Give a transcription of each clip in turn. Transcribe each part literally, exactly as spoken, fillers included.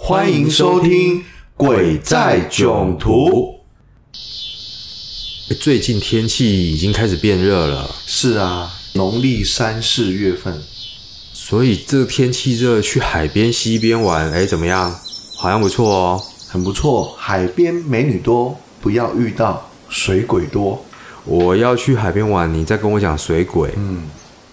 欢迎收听《鬼在囧途》。 最近天气已经开始变热了。 是啊，农历三四月份， 所以这个天气热，去海边、溪边玩，哎，怎么样？好像不错哦。 很不错。海边美女多，不要遇到水鬼多。 我要去海边玩，你再跟我讲水鬼。 嗯。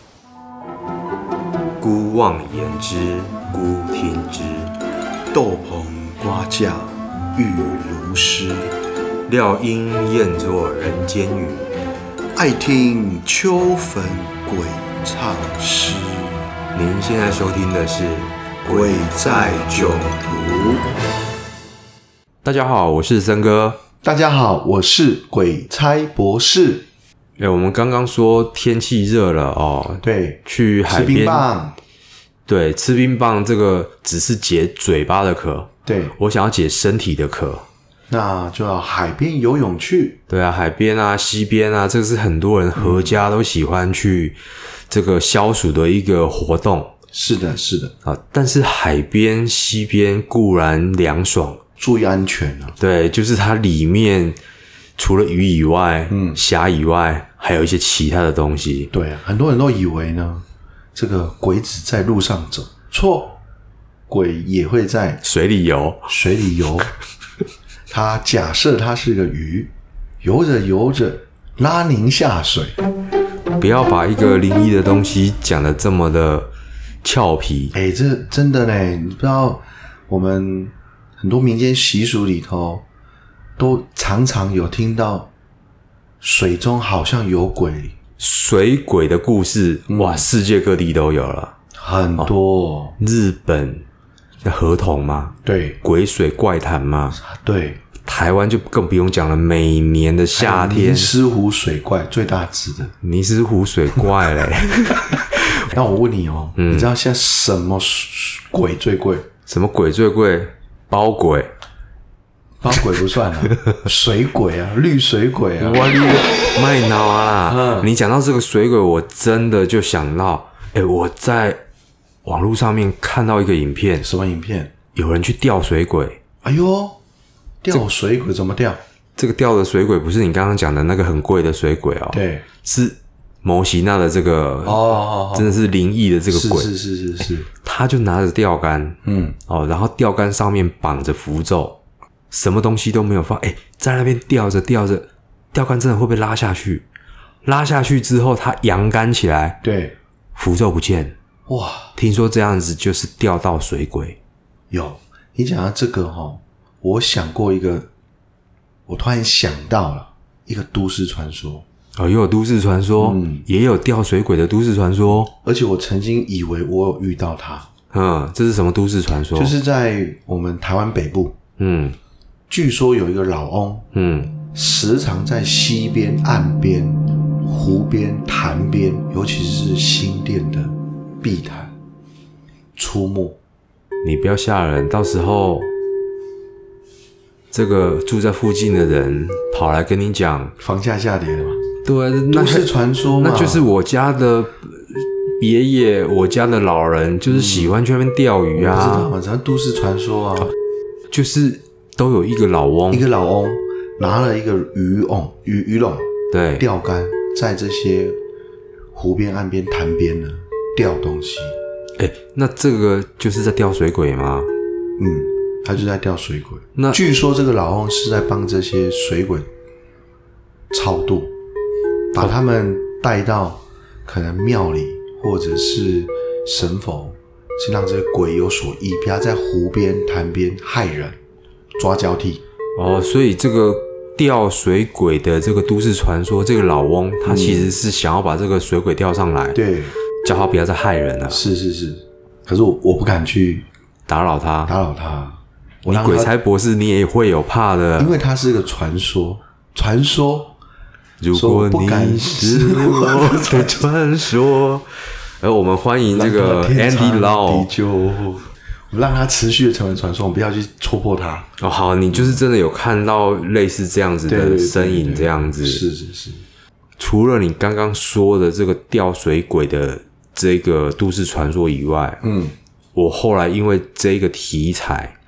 姑妄言之，姑听之。 豆棚瓜架雨如诗， 料应厌作人间语。 爱听秋坟鬼唱诗。 您现在收听的是《 鬼在囧途》。 大家好，我是森哥。 大家好，我是鬼差博士。 欸、我们刚刚说天气热了哦， 对， 去海边吃冰棒。 对，吃冰棒这个只是解嘴巴的渴， 对， 我想要解身体的渴， 那就要海边游泳去。 对啊，海边啊、溪边啊，这是很多人合家都喜欢去这个消暑的一个活动。 是的，是的啊，但是海边、溪边固然凉爽， 注意安全啊。 对，就是它里面除了鱼以外，嗯，虾以外，还有一些其他的东西。 对啊，很多人都以为呢，这个鬼子在路上走，错，鬼也会在水里游， 水里游。他假设他是个鱼，游着游着拉您下水。 不要把一个灵异的东西讲得这么的俏皮。 哎，这真的呢，你不知道我们很多民间习俗里头都常常有听到水中好像有鬼。 水鬼的故事，嗯、哇，世界各地都有了， 很多。 哦、日本的河童嘛， 对， 鬼水怪谈嘛， 对， 台湾就更不用讲了，每年的夏天， 尼斯湖水怪最大只的， 尼斯湖水怪嘞。 那我问你哦，嗯、你知道现在什么鬼最贵？ 什么鬼最贵？包鬼。 包鬼不算啊，水鬼啊，绿水鬼啊！ 我你个卖脑啊啦！ 嗯、 你讲到这个水鬼，我真的就想到，哎，我在网络上面看到一个影片。 什么影片？ 有人去钓水鬼。 哎呦，钓水鬼怎么钓？ 这个钓的水鬼不是你刚刚讲的那个很贵的水鬼哦， 对， 是摩西娜的这个哦， 真的是灵异的这个鬼， 是是是是是， 他就拿着钓竿， 嗯， 哦，然后钓竿上面绑着符咒。什么东西都没有放，哎，在那边吊着吊着，钓竿真的会被拉下去。拉下去之后，它扬竿起来， 对， 符咒不见。 哇， 听说这样子就是钓到水鬼。 有，你讲到这个齁，我想过一个，我突然想到了一个都市传说。 哦，也有都市传说，嗯，也有钓水鬼的都市传说。 而且我曾经以为我有遇到他。 嗯，这是什么都市传说？ 就是在我们台湾北部， 嗯。 据说有一个老翁，嗯，时常在溪边、岸边、湖边、潭边，尤其是新店的碧潭出没。 你不要吓人，到时候这个住在附近的人跑来跟你讲， 房价下跌了嘛？ 对， 都市传说嘛， 那就是我家的爷爷，我家的老人就是喜欢去那边钓鱼啊。 我不知道嘛，咱都市传说啊， 就是。都有一个老翁， 一个老翁拿了一个鱼瓮、鱼鱼笼， 对， 钓竿，在这些湖边、岸边、潭边呢钓东西。 哎，那这个就是在钓水鬼吗？ 嗯，他就在钓水鬼。 那据说这个老翁是在帮这些水鬼超度，把他们带到可能庙里或者是神佛，是让这些鬼有所依，不要在湖边、潭边害人。抓交替哦，所以这个钓水鬼的这个都市传说，这个老翁他其实是想要把这个水鬼钓上来， 对， 叫他不要再害人了。 是是是，可是我我不敢去打扰他， 打扰他。 你鬼差博士，你也会有怕的， 因为它是个传说，传说。 如果你是我的传说，而我们欢迎这个 Andy Lau。 我让它持续的成为传说，我们不要去戳破它。 哦，好，你就是真的有看到类似这样子的身影，这样子。 是是是。 除了你刚刚说的这个钓水鬼的这个都市传说以外，嗯，我后来因为这个题材，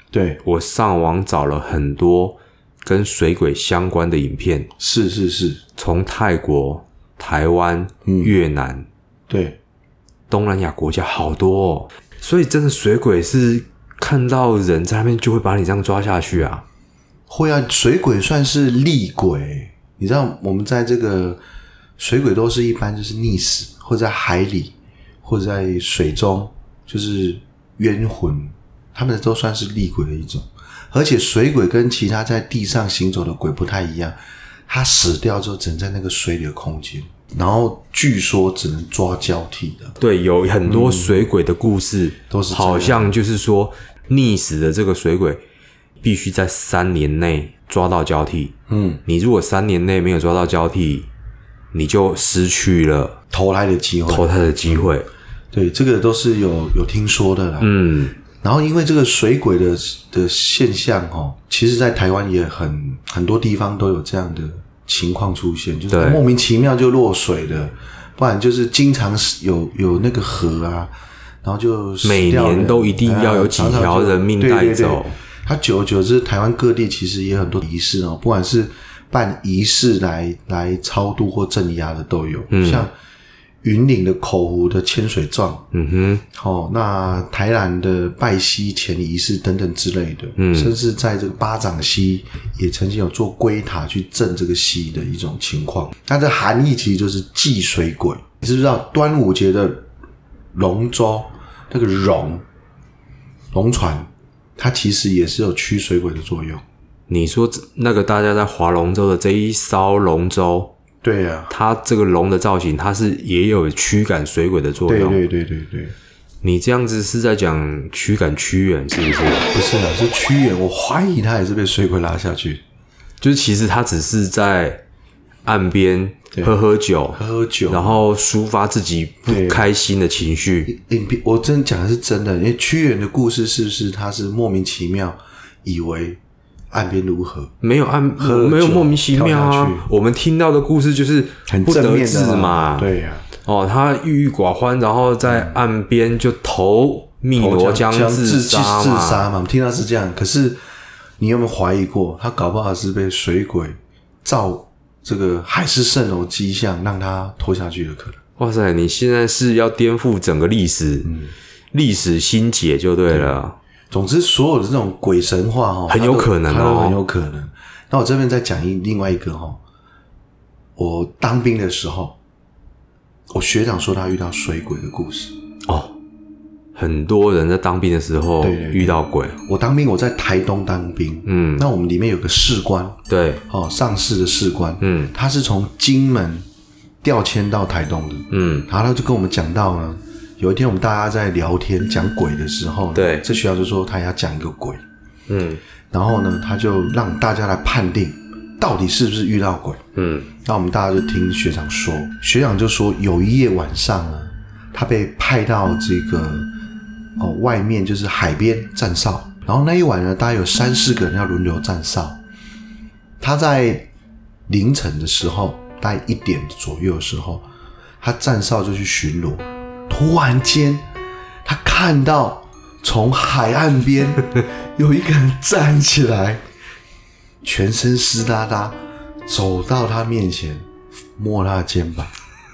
对， 我上网找了很多跟水鬼相关的影片， 是是是， 从泰国、台湾、嗯、越南， 对， 东南亚国家好多哦。所以真的水鬼是看到人在那边就会把你这样抓下去啊？ 会啊，水鬼算是厉鬼。你知道我们在这个水鬼都是一般就是溺死，或者在海里，或者在水中，就是冤魂，他们都算是厉鬼的一种。而且水鬼跟其他在地上行走的鬼不太一样，他死掉之后只能在那个水里的空间，然后据说只能抓交替的。 对，有很多水鬼的故事、嗯、 都是好像就是说溺死的这个水鬼必须在三年内抓到交替。嗯，你如果三年内没有抓到交替，你就失去了投胎的机会。 投胎的机会， 对，这个都是有有听说的啦。 嗯。 然后因为这个水鬼的的现象齁，其实在台湾也很很多地方都有这样的情况出现，就是莫名其妙就落水的，不然就是经常有有那个河啊，然后就死掉了， 每年都一定要有几条人命带走。对对对， 它久而久之，台湾各地其实也有很多仪式哦，不管是办仪式来来超度或镇压的都有，嗯、像云岭的口湖的千水状，嗯哼，哦，那台南的拜溪前仪式等等之类的，嗯，甚至在这个八掌溪也曾经有做龟塔去镇这个溪的一种情况。它的含义其实就是祭水鬼。你知不知道端午节的龙舟那个龙龙船，它其实也是有驱水鬼的作用。 你说那个大家在划龙舟的这一艘龙舟？ 对啊， 它这个龙的造型，它是也有驱赶水鬼的作用。 对对对对对， 你这样子是在讲驱赶屈原是不是？ 不是啊，是屈原。我怀疑他也是被水鬼拉下去， 就是其实他只是在岸边喝喝酒， 喝喝酒， 然后抒发自己不开心的情绪。 我真讲的是真的，因为屈原的故事是不是他是莫名其妙以为岸边如何？ 没有岸，没有莫名其妙啊！我们听到的故事就是不得志嘛， 对呀、 啊。哦，他郁郁寡欢，然后在岸边就投汨罗江自杀嘛。 自杀嘛，我们听到是这样。可是你有没有怀疑过，他搞不好是被水鬼照这个海市蜃楼迹象，让他拖下去的可能？ 哇塞，你现在是要颠覆整个历史，历、嗯、史新解就对了。 总之，所有的这种鬼神话哈， 很有可能哦， 很有可能。那我这边再讲一另外一个哈，我当兵的时候，我学长说他遇到水鬼的故事哦。很多人在当兵的时候对对对遇到鬼。 我当兵，我在台东当兵，嗯，那我们里面有个士官， 对， 哦，上士的士官， 嗯， 他是从金门调迁到台东的，嗯，然后他就跟我们讲到呢。有一天我们大家在聊天讲鬼的时候呢， 对， 这学校就说他要讲一个鬼， 嗯， 然后呢他就让大家来判定到底是不是遇到鬼，嗯，那我们大家就听学长说，学长就说有一夜晚上呢，他被派到这个哦外面就是海边站哨，然后那一晚呢大概有三四个人要轮流站哨，他在凌晨的时候大概一点左右的时候，他站哨就去巡逻。突然间他看到从海岸边有一个人站起来，全身湿哒哒走到他面前，摸他的肩膀。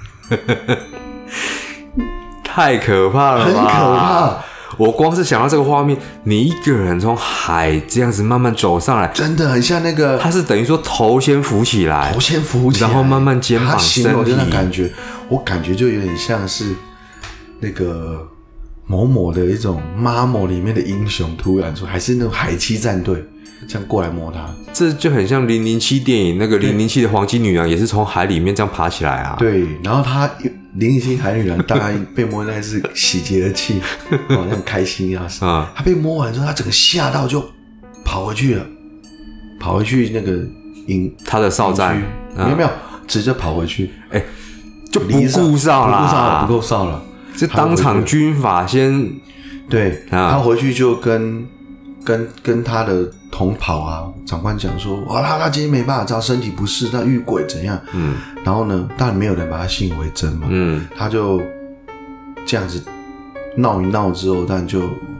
太可怕了吧， 很可怕。 我光是想到这个画面，你一个人从海这样子慢慢走上来， 真的很像那个， 他是等于说头先浮起来， 头先浮起来， 然后慢慢肩膀他形容身体的感觉，我感觉就有点像是那个某某的一种 Marvel 里面的英雄突然出，还是那种海七战队这样过来摸他， 这就很像零零七电影那个零零七的黄金女郎也是从海里面这样爬起来啊。 对，然后他零零七海女郎大概被摸，那是喜极而泣，哦，那很开心要死啊！他被摸完之后，他整个吓到就跑回去了，跑回去那个营他的哨站， 没有没有，直接跑回去， 哎、欸，就不顾哨啦， 不顾哨了，不够哨了， 就当场军法先对，啊、他回去就跟跟跟他的同袍啊长官讲说，哇，他他今天没办法，知道身体不适，他遇鬼怎样？嗯，然后呢，当然没有人把他信以为真嘛，嗯，他就这样子闹一闹之后，但就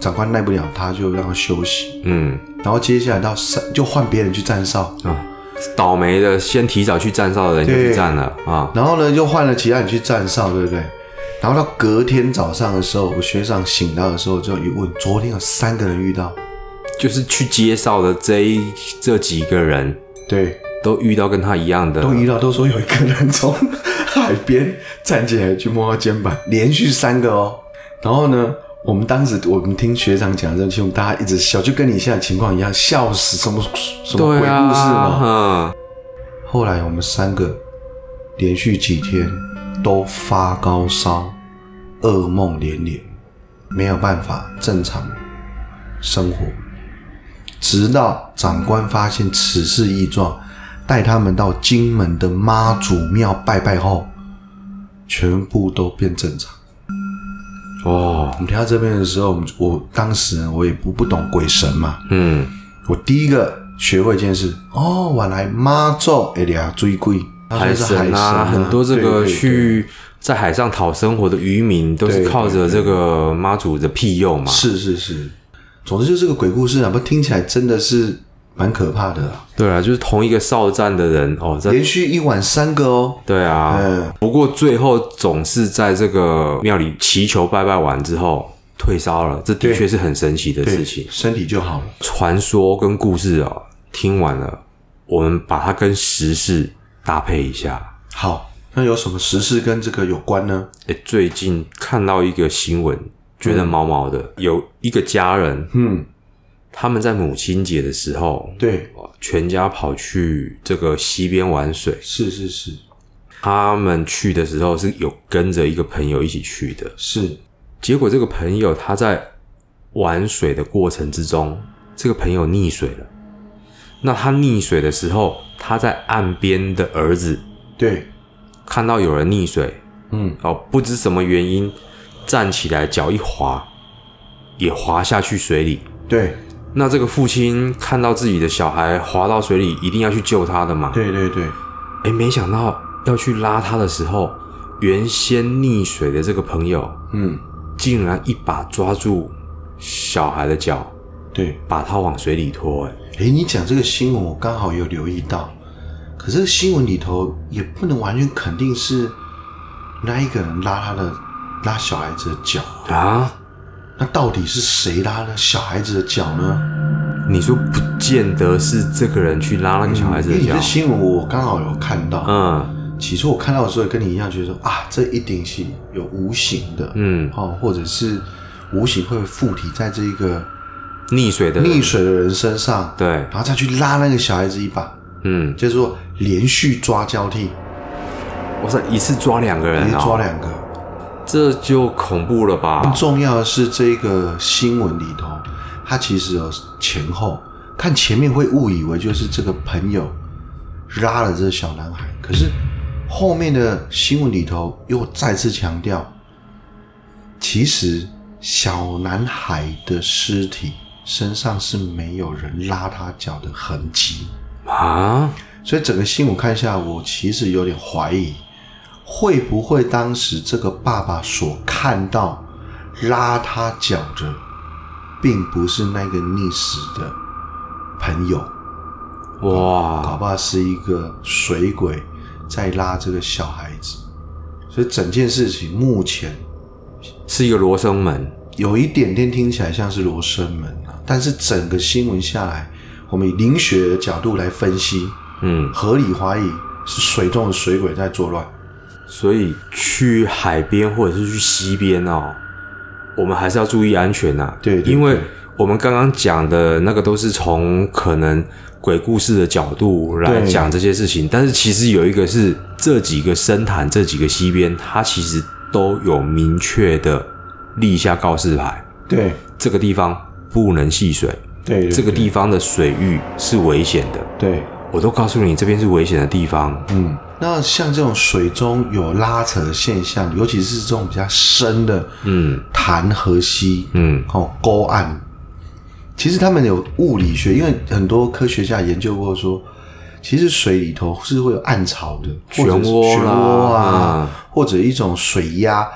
长官耐不了，他就让他休息。 嗯， 然后接下来到三就换别人去站哨啊，倒霉的先提早去站哨的人就去站了啊。 然后呢，又换了其他人去站哨，对不对？然后到隔天早上的时候，我学长醒到的时候就一问，昨天有三个人遇到， 就是去接哨的这一这几个人， 对， 都遇到跟他一样的， 都遇到，都说有一个人从海边站起来去摸他肩膀，连续三个哦。然后呢，我们当时我们听学长讲这个情况，大家一直笑，就跟你现在情况一样，笑死，什么什么鬼故事嘛。 啊、 后来我们三个连续几天都发高烧，噩梦连连，没有办法正常生活。直到长官发现此事异状，带他们到金门的妈祖庙拜拜后，全部都变正常。 哦， 我们听到这边的时候，我当时我也不不懂鬼神嘛， 嗯， 我第一个学会一件事，哦，原来妈祖会抓水鬼， 海神 啊, 海神啊，很多这个去在海上讨生活的渔民都是靠着这个妈祖的庇佑嘛。 是是是，总之就是个鬼故事啊，不听起来真的是蛮可怕的啊。 对啊，就是同一个哨站的人哦， 连续一晚三个哦。 对啊，嗯，不过最后总是在这个庙里祈求拜拜完之后退烧了，这的确是很神奇的事情， 身体就好了。 传说跟故事哦，听完了，我们把它跟时事搭配一下。 好，那有什么时事跟这个有关呢？ 诶，最近看到一个新闻，觉得毛毛的，嗯、有一个家人，嗯，他们在母亲节的时候， 对， 全家跑去这个溪边玩水。 是是是， 他们去的时候是有跟着一个朋友一起去的， 是。 结果这个朋友他在玩水的过程之中，这个朋友溺水了。那他溺水的时候，他在岸边的儿子， 对， 看到有人溺水，嗯，哦，不知什么原因站起来，脚一滑，也滑下去水里。 对， 那这个父亲看到自己的小孩滑到水里，一定要去救他的嘛。 对对对， 诶，没想到要去拉他的时候，原先溺水的这个朋友，嗯，竟然一把抓住小孩的脚， 对， 把他往水里拖。诶诶，你讲这个新闻我刚好有留意到，可是新闻里头也不能完全肯定是那一个人拉他的拉小孩子的脚啊， 那到底是谁拉了小孩子的脚呢？ 你说不见得是这个人去拉那个小孩子的脚，嗯、 因为你的新闻我刚好有看到， 嗯， 起初我看到的时候跟你一样觉得说啊，这一定是有无形的，嗯，哦，或者是无形会附体在这个溺水的溺水的人身上， 对， 然后再去拉那个小孩子一把，嗯，就是说连续抓交替， 哇塞，一次抓两个人、哦， 一次抓两个， 这就恐怖了吧？ 更重要的是这个新闻里头，它其实有前后，看前面会误以为就是这个朋友拉了这个小男孩，可是后面的新闻里头又再次强调，其实小男孩的尸体身上是没有人拉他脚的痕迹啊， 所以整个新闻看下来，我其实有点怀疑，会不会当时这个爸爸所看到拉他脚的，并不是那个溺死的朋友， 哇， 搞不好是一个水鬼在拉这个小孩子，所以整件事情目前是一个罗生门， 有一点点听起来像是罗生门啊，但是整个新闻下来，我们以灵学的角度来分析，嗯，合理怀疑是水中的水鬼在作乱。 所以去海边或者是去溪边哦，我们还是要注意安全呐、啊。 对, 对, 对， 因为我们刚刚讲的那个都是从可能鬼故事的角度来讲这些事情，但是其实有一个是这几个深潭、这几个溪边，它其实都有明确的立下告示牌。 对， 这个地方不能戏水。 对, 对, 对， 这个地方的水域是危险的。 对， 我都告诉你这边是危险的地方。 嗯，那像这种水中有拉扯的现象，尤其是这种比较深的，嗯，潭和溪，嗯，哦，沟岸，其实他们有物理学，因为很多科学家研究过说，其实水里头是会有暗潮的， 漩涡啦， 漩涡啊、嗯，或者一种水压，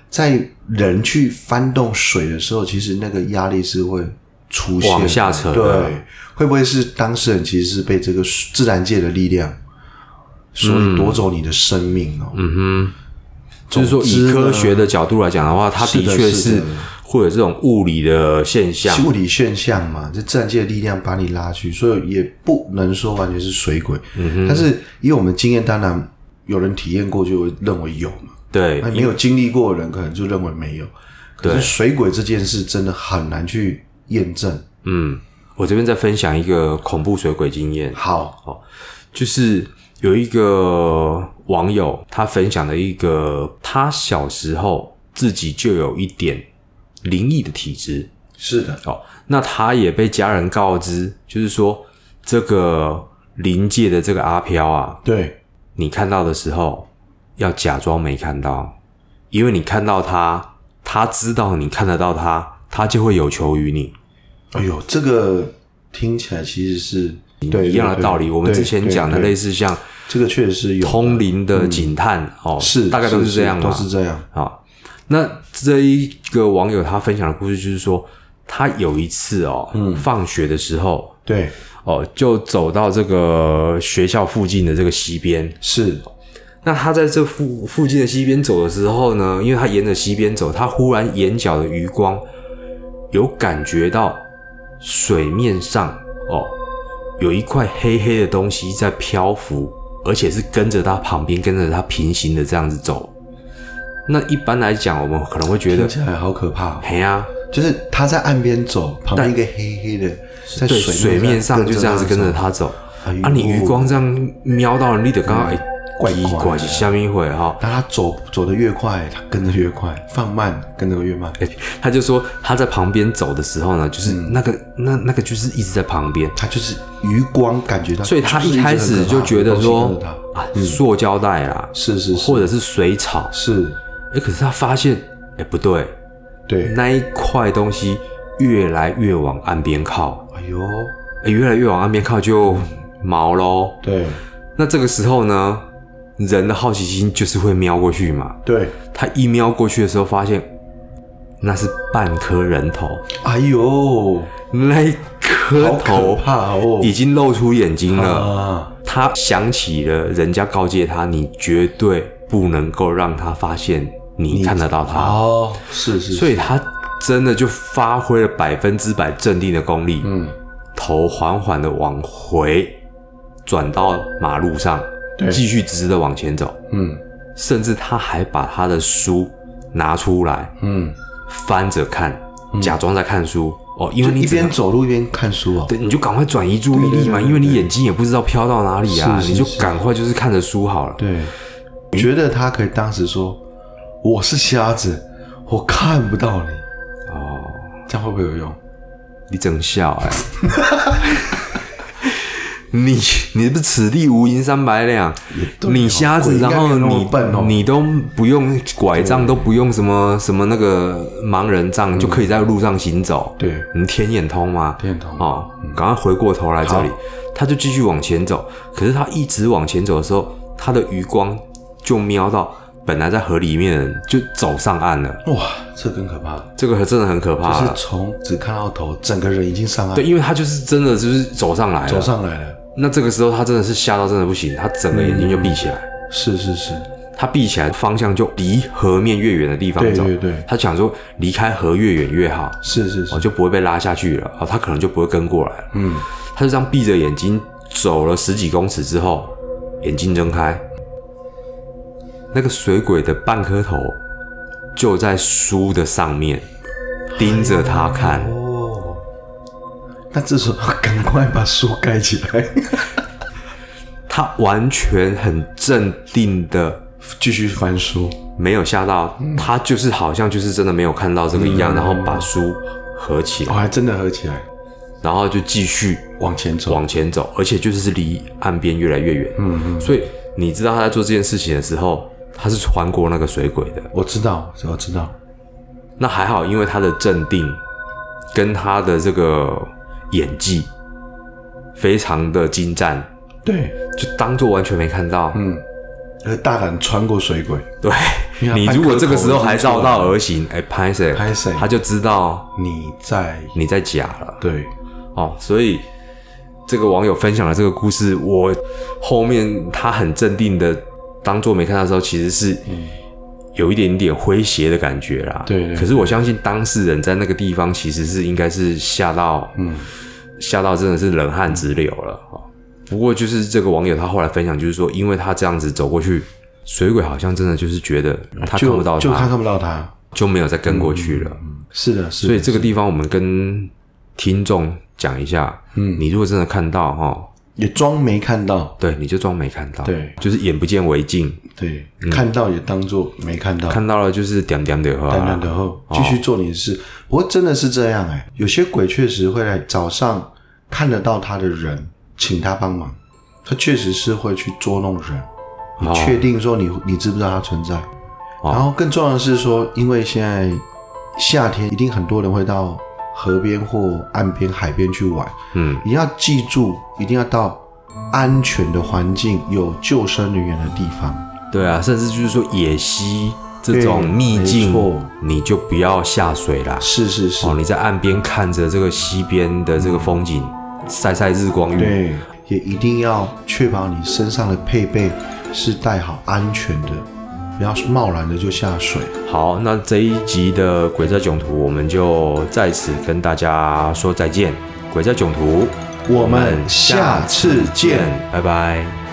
在人去翻动水的时候，其实那个压力是会出现往下扯的。 对，会不会是当事人其实是被这个自然界的力量，所以夺走你的生命哦？ 嗯哼，就是说以科学的角度来讲的话，它的确是会有这种物理的现象， 物理现象嘛，这自然界的力量把你拉去，所以也不能说完全是水鬼。嗯哼，但是以我们经验，当然有人体验过就会认为有嘛。 对， 那没有经历过的人可能就认为没有。可是水鬼这件事真的很难去验证。 嗯，我这边再分享一个恐怖水鬼经验。 好， 哦，就是有一个网友他分享了一个他小时候自己就有一点灵异的体质。 是的。 哦，那他也被家人告知，就是说这个灵界的这个阿飘啊， 对， 你看到的时候要假装没看到，因为你看到他，他知道你看得到他，他就会有求于你。 哎呦，这个听起来其实是对一样的道理。我们之前讲的类似像这个确实是有通灵的警探、嗯、哦， 是大概都是这样嘛， 都是这样啊。那这一个网友他分享的故事就是说，他有一次哦，嗯，放学的时候， 对哦，就走到这个学校附近的这个溪边， 是。 那他在这附附近的溪边走的时候呢，因为他沿着溪边走，他忽然眼角的余光有感觉到水面上哦有一块黑黑的东西在漂浮，而且是跟着他旁边，跟着他平行的这样子走。那一般来讲，我们可能会觉得听起来好可怕、哦。 嘿啊， 就是他在岸边走，旁边一个黑黑的在水 面, 水面上就这样子跟着他走。 哎、 啊，你余光这样瞄到了，你得刚刚哎。 怪怪是下面一回哈， 当他走走得越快，他跟着越快，放慢跟着越慢。 欸、他就说他在旁边走的时候呢，就是那个、嗯、那那个就是一直在旁边， 他就是余光感觉到， 所以他一开始就觉得说啊， 嗯、 塑胶袋啦， 是是是， 或者是水草， 是， 哎、欸，可是他发现，哎、欸，不对， 对， 那一块东西越来越往岸边靠， 哎呦， 哎、欸，越来越往岸边靠就毛咯。 对， 那这个时候呢？人的好奇心就是会瞄过去嘛， 对， 他一瞄过去的时候，发现那是半颗人头。 哎呦， 那一颗头已经露出眼睛了。 啊、 他想起了人家告诫他，你绝对不能够让他发现你看得到他。 哦，是 是, 是， 所以他真的就发挥了百分之百镇定的功力，嗯，头缓缓的往回转到马路上。继续直直的往前走，嗯，甚至他还把他的书拿出来，嗯，翻着看，嗯、假装在看书哦，因为你一边走路一边看书哦， 对，你就赶快转移注意力嘛，对对对对，因为你眼睛也不知道飘到哪里啊，是是是，你就赶快就是看着书好了。 对，我觉得他可以当时说我是瞎子，我看不到你哦，这样会不会有用？ 你真笑哎、欸。你你不是此地无银三百两，你瞎子，然后你、哦、你都不用拐杖，都不用什么什么那个盲人杖、嗯，就可以在路上行走。 对， 你天眼通吗？ 天眼通哦，赶快回过头来这里，他就继续往前走。可是他一直往前走的时候，他的余光就瞄到本来在河里面的人就走上岸了。 哇，这更可怕！ 这个真的很可怕， 就是从只看到头，整个人已经上岸。 对，因为他就是真的就是走上来了， 走上来了。 那这个时候他真的是吓到真的不行，他整个眼睛就闭起来。嗯、 是是是， 他闭起来方向就离河面越远的地方走。 对对对， 他想说离开河越远越好。 是是是， 哦，就不会被拉下去了。哦，他可能就不会跟过来了。嗯，他就这样闭着眼睛走了十几公尺之后，眼睛睁开，那个水鬼的半颗头就在书的上面盯着他看。 哎那这时候赶快把书盖起来。 他完全很镇定的继续翻书， 没有吓到、嗯、他，就是好像就是真的没有看到这个一样，嗯、然后把书合起来， 哦，还真的合起来， 然后就继续往前走， 往前走，而且就是离岸边越来越远。嗯嗯，所以你知道他在做这件事情的时候，他是穿过那个水鬼的。 我知道，我知道。 那还好，因为他的镇定跟他的这个演技非常的精湛， 对， 就当作完全没看到， 嗯，而大胆穿过水鬼， 对， 你如果这个时候还绕道而行，哎，拍谁拍谁， 他就知道你在你在假了。 对， 哦，所以这个网友分享的这个故事，我后面他很镇定的当做没看到的时候，其实是有一点点诙谐的感觉啦。 对 对, 对。 可是我相信当事人在那个地方其实是应该是吓到，嗯，吓到真的是冷汗直流了。不过就是这个网友他后来分享，就是说，因为他这样子走过去，水鬼好像真的就是觉得他看不到他， 就他看不到他， 就没有再跟过去了。 嗯嗯、是的，是的。 所以这个地方我们跟听众讲一下，嗯，你如果真的看到哈， 也装没看到， 对，你就装没看到， 对， 就是眼不见为净， 对，嗯、看到也当作没看到， 看到了就是点点的哈， 点点的后继续做你的事。哦、不过真的是这样哎、欸，有些鬼确实会来早上看得到他的人，请他帮忙，他确实是会去捉弄人。你确定说你你知不知道它存在？哦、然后更重要的是说，因为现在夏天一定很多人会到河边或岸边、海边去玩。嗯，你要记住，一定要到安全的环境、有救生人员的地方。 对啊，甚至就是说野溪这种秘境，你就不要下水啦。 是是是。 哦，你在岸边看着这个溪边的这个风景，晒晒日光浴。 对，也一定要确保你身上的配备是带好安全的，不要贸然的就下水。 好，那这一集的鬼在囧途我们就在此跟大家说再见。鬼在囧途， 我们下次见， 拜拜。